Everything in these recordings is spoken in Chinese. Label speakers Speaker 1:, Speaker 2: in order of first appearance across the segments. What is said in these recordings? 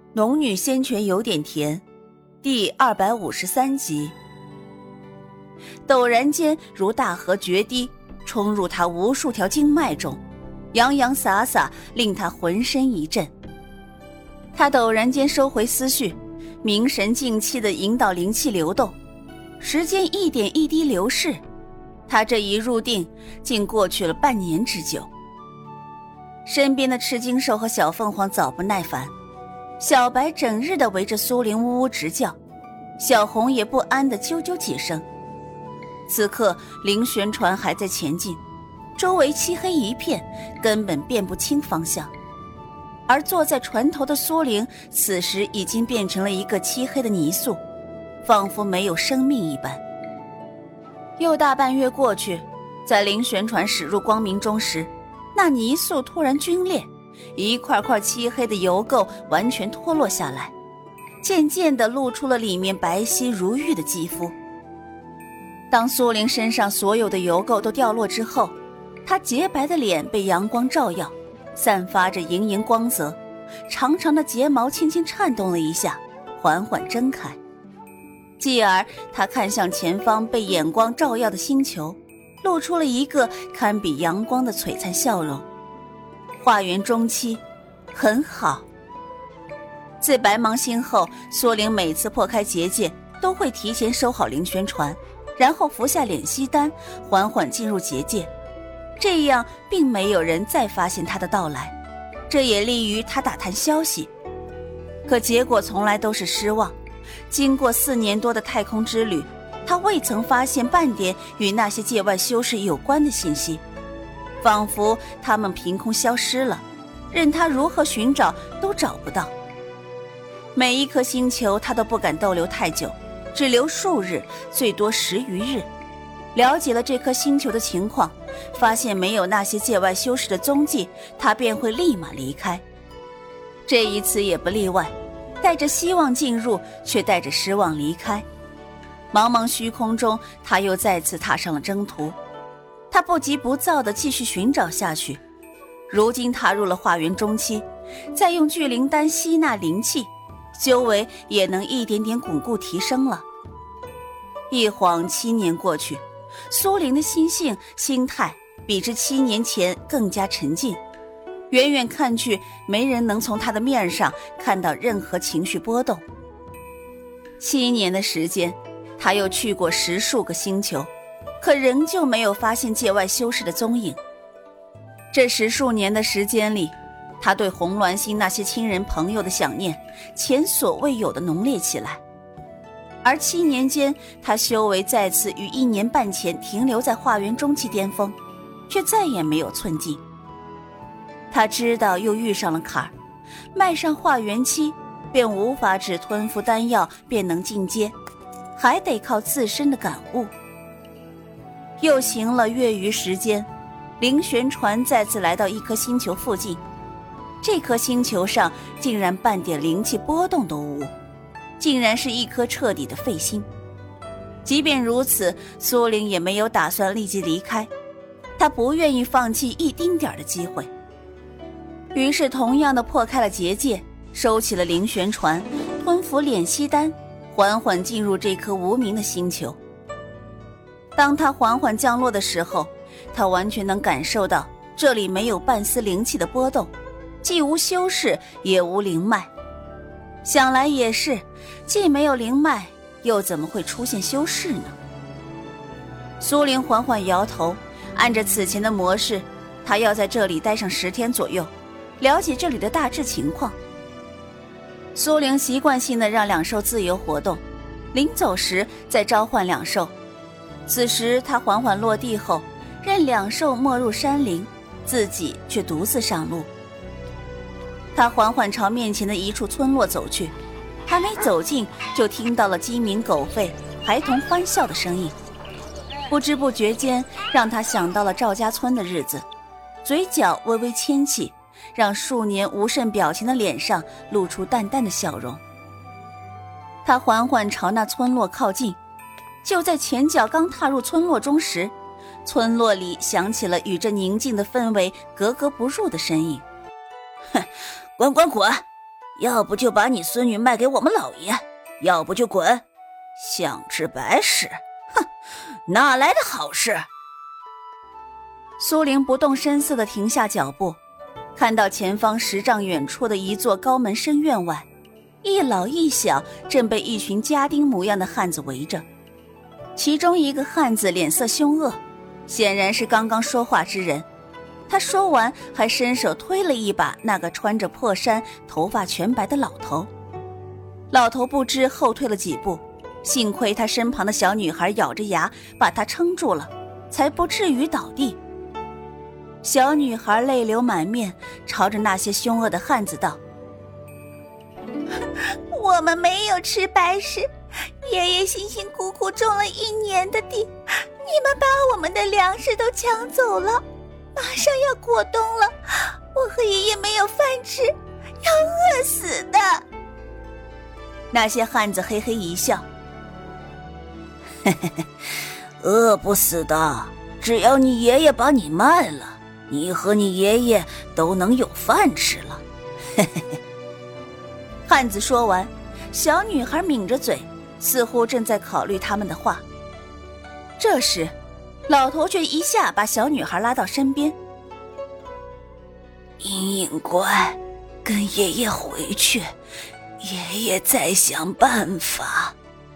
Speaker 1: 农女仙泉有点甜第253集。陡然间如大河决堤，冲入他无数条经脉中，洋洋洒洒，令他浑身一震。他陡然间收回思绪，明神静气地引导灵气流动，时间一点一滴流逝，他这一入定竟过去了半年之久。身边的赤金兽和小凤凰早不耐烦，小白整日地围着苏灵呜呜直叫，小红也不安地啾啾几声。此刻灵旋船还在前进，周围漆黑一片，根本辨不清方向。而坐在船头的苏灵此时已经变成了一个漆黑的泥塑，仿佛没有生命一般。又大半月过去，在灵旋船驶入光明中时，那泥塑突然皲裂，一块块漆黑的油垢完全脱落下来，渐渐地露出了里面白皙如玉的肌肤。当苏灵身上所有的油垢都掉落之后，她洁白的脸被阳光照耀，散发着莹莹光泽，长长的睫毛轻轻颤动了一下，缓缓睁开。继而她看向前方被眼光照耀的星球，露出了一个堪比阳光的璀璨笑容。化元中期，很好。自白芒星后，苏灵每次破开结界都会提前收好灵旋船，然后服下敛息丹，缓缓进入结界，这样并没有人再发现他的到来，这也利于他打探消息。可结果从来都是失望，经过4年多的太空之旅，他未曾发现半点与那些界外修士有关的信息，仿佛他们凭空消失了，任他如何寻找都找不到。每一颗星球他都不敢逗留太久，只留数日，最多10余日。了解了这颗星球的情况，发现没有那些界外修士的踪迹，他便会立马离开。这一次也不例外，带着希望进入，却带着失望离开。茫茫虚空中，他又再次踏上了征途。他不急不躁地继续寻找下去，如今踏入了化元中期，再用聚灵丹吸纳灵气，修为也能一点点巩固提升了。一晃7年过去，苏灵的心性心态比之7年前更加沉静，远远看去，没人能从他的面上看到任何情绪波动。7年的时间，他又去过10数个星球，可仍旧没有发现界外修士的踪影。这10数年的时间里，他对红鸾星那些亲人朋友的想念前所未有的浓烈起来。而7年间，他修为再次于1年半前停留在化元中期巅峰，却再也没有寸进。他知道又遇上了坎儿，迈上化元期，便无法只吞服丹药便能进阶，还得靠自身的感悟。又行了月余时间，灵旋船再次来到一颗星球附近，这颗星球上竟然半点灵气波动都无，竟然是一颗彻底的废星。即便如此，苏灵也没有打算立即离开，他不愿意放弃一丁点的机会。于是同样的破开了结界，收起了灵旋船，吞服敛息丹，缓缓进入这颗无名的星球。当他缓缓降落的时候，他完全能感受到这里没有半丝灵气的波动，既无修士也无灵脉。想来也是，既没有灵脉，又怎么会出现修士呢？苏灵缓缓摇头，按着此前的模式，他要在这里待上10天左右，了解这里的大致情况。苏灵习惯性地让两兽自由活动，临走时再召唤两兽。此时他缓缓落地后，任两兽没入山林，自己却独自上路。他缓缓朝面前的一处村落走去，还没走近，就听到了鸡鸣狗吠、孩童欢笑的声音。不知不觉间，让他想到了赵家村的日子，嘴角微微牵起，让数年无甚表情的脸上露出淡淡的笑容。他缓缓朝那村落靠近，就在前脚刚踏入村落中时，村落里响起了与这宁静的氛围格格不入的声音。
Speaker 2: 哼，管管管，
Speaker 1: 要不就把你孙女卖给我们老爷，要不就滚，想吃白食，哼，哪来的好事？苏玲不动声色地停下脚步，看到前方10丈远处的一座高门深院外，一老一小正被一群家丁模样的汉子围着。其中一个汉子脸色凶恶，显然是刚刚说话之人。他说完还伸手推了一把那个穿着破衫头发全白的老头。老头不知后退了几步，幸亏他身旁的小女孩咬着牙把他撑住了，才不至于倒地。小女孩泪流满面，朝着那些凶恶的汉子道：我们没有吃白食，爷爷辛辛苦苦种了1年的地，你们把我们的粮食都抢走了，马上要过冬了，我和爷爷没有饭吃，要饿死的。那些汉子嘿嘿一笑，嘿嘿嘿，饿不死的，只要你爷爷把你卖了，你和你爷爷都能有饭吃了。嘿嘿嘿。汉子说完，小女孩抿着嘴，似乎正在考虑他们的话。这时老头却一下把小女孩拉到身边：茵茵乖，跟爷爷回去，爷爷再想办法。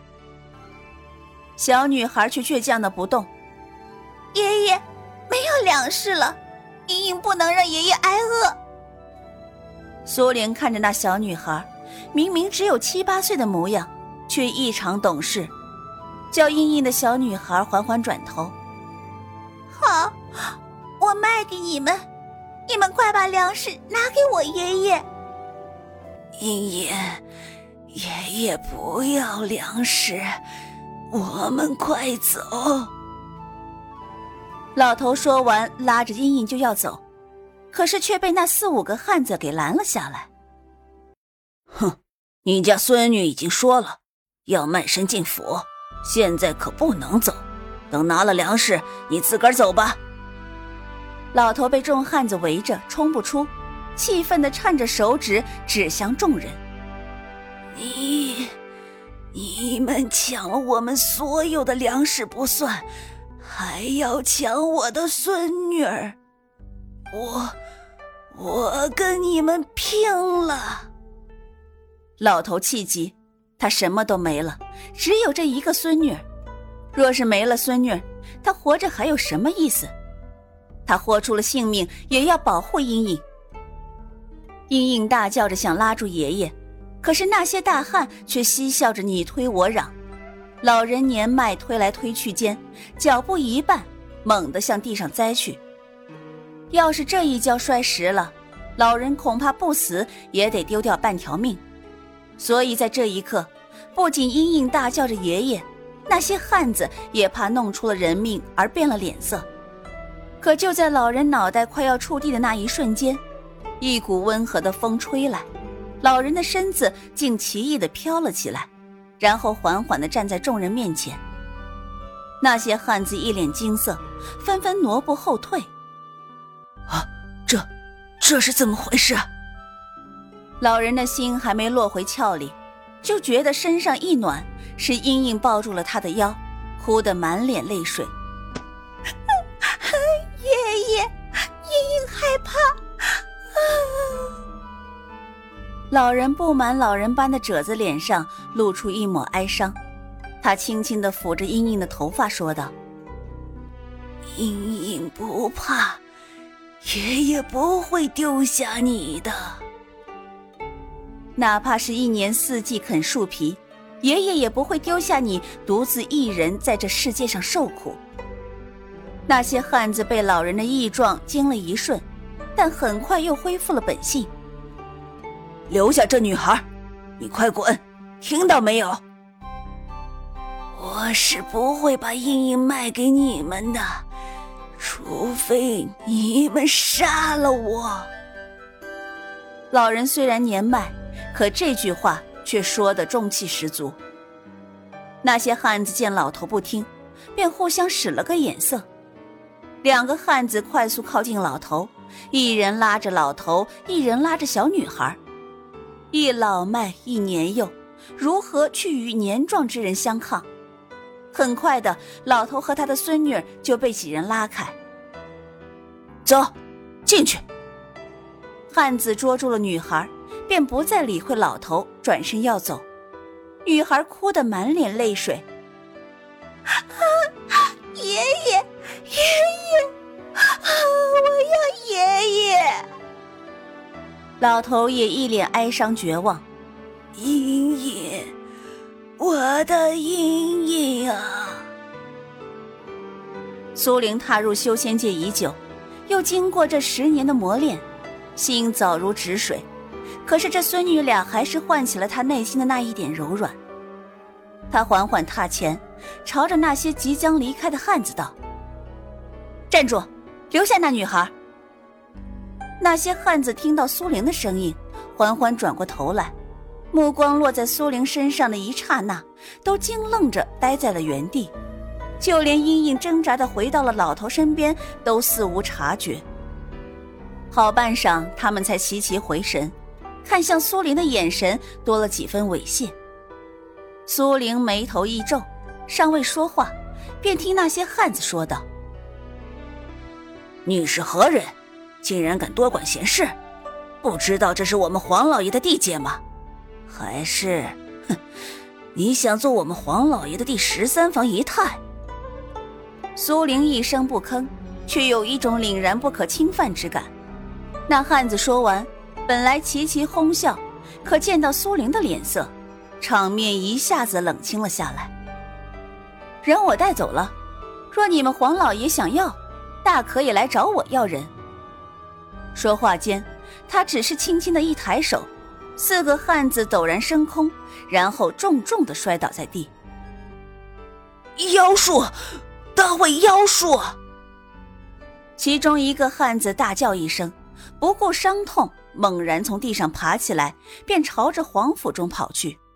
Speaker 1: 小女孩却倔强的不动：爷爷没有粮食了，茵茵不能让爷爷挨饿。苏玲看着那小女孩，明明只有7、8岁的模样，却异常懂事，叫茵茵的小女孩缓缓转头：好，我卖给你们，你们快把粮食拿给我爷爷。茵茵，爷爷不要粮食，我们快走。老头说完，拉着茵茵就要走，可是却被那4、5个汉子给拦了下来。哼，你家孙女已经说了要卖身进府，现在可不能走，等拿了粮食你自个儿走吧。老头被众汉子围着冲不出，气愤地颤着手指指向众人：你们抢了我们所有的粮食不算，还要抢我的孙女儿，我跟你们拼了。老头气急，他什么都没了，只有这一个孙女儿，若是没了孙女儿，他活着还有什么意思？他豁出了性命也要保护茵茵。茵茵大叫着想拉住爷爷，可是那些大汉却嬉笑着你推我嚷，老人年迈推来推去间，脚步一绊，猛地向地上栽去。要是这一跤摔实了，老人恐怕不死也得丢掉半条命。所以在这一刻，不仅茵茵大叫着爷爷，那些汉子也怕弄出了人命而变了脸色。可就在老人脑袋快要触地的那一瞬间，一股温和的风吹来，老人的身子竟奇异地飘了起来，然后缓缓地站在众人面前。那些汉子一脸惊色，纷纷挪步后退。啊，这是怎么回事？老人的心还没落回鞘里，就觉得身上一暖，是茵茵抱住了他的腰，哭得满脸泪水。爷爷，茵茵害怕。老人布满老人般的褶子脸上露出一抹哀伤，他轻轻地抚着茵茵的头发说道：茵茵不怕，爷爷不会丢下你的。哪怕是1年4季啃树皮，爷爷也不会丢下你独自一人在这世界上受苦。那些汉子被老人的义壮惊了一瞬，但很快又恢复了本性。留下这女孩，你快滚，听到没有？我是不会把茵茵卖给你们的，除非你们杀了我。老人虽然年迈，可这句话却说得中气十足。那些汉子见老头不听，便互相使了个眼色。2个汉子快速靠近老头，一人拉着老头，一人拉着小女孩。 一老迈一年幼，如何去与年壮之人相抗？很快的，老头和他的孙女就被几人拉开。走，进去。汉子捉住了女孩，便不再理会老头，转身要走。女孩哭得满脸泪水。爷爷，爷爷，我要爷爷。老头也一脸哀伤绝望。茵茵，我的茵茵啊。苏玲踏入修仙界已久，又经过这10年的磨练，心早如止水，可是这孙女俩还是唤起了她内心的那一点柔软。她缓缓踏前，朝着那些即将离开的汉子道：站住，留下那女孩。那些汉子听到苏玲的声音，缓缓转过头来，目光落在苏玲身上的一刹那，都惊愣着呆在了原地，就连茵茵挣扎地回到了老头身边都似无察觉。好半晌，他们才齐齐回神，看向苏玲的眼神多了几分猥亵。苏玲眉头一皱，尚未说话，便听那些汉子说道：你是何人，竟然敢多管闲事？不知道这是我们黄老爷的地界吗？还是你想做我们黄老爷的第13房姨太？苏玲一声不吭，却有一种凛然不可侵犯之感。那汉子说完，本来齐齐哄笑，可见到苏玲的脸色，场面一下子冷清了下来。人我带走了，若你们黄老爷想要，大可以来找我要人。说话间，他只是轻轻的一抬手，4个汉子陡然升空，然后重重地摔倒在地。妖术，大会妖术！其中一个汉子大叫一声，不顾伤痛，猛然从地上爬起来，便朝着皇府中跑去。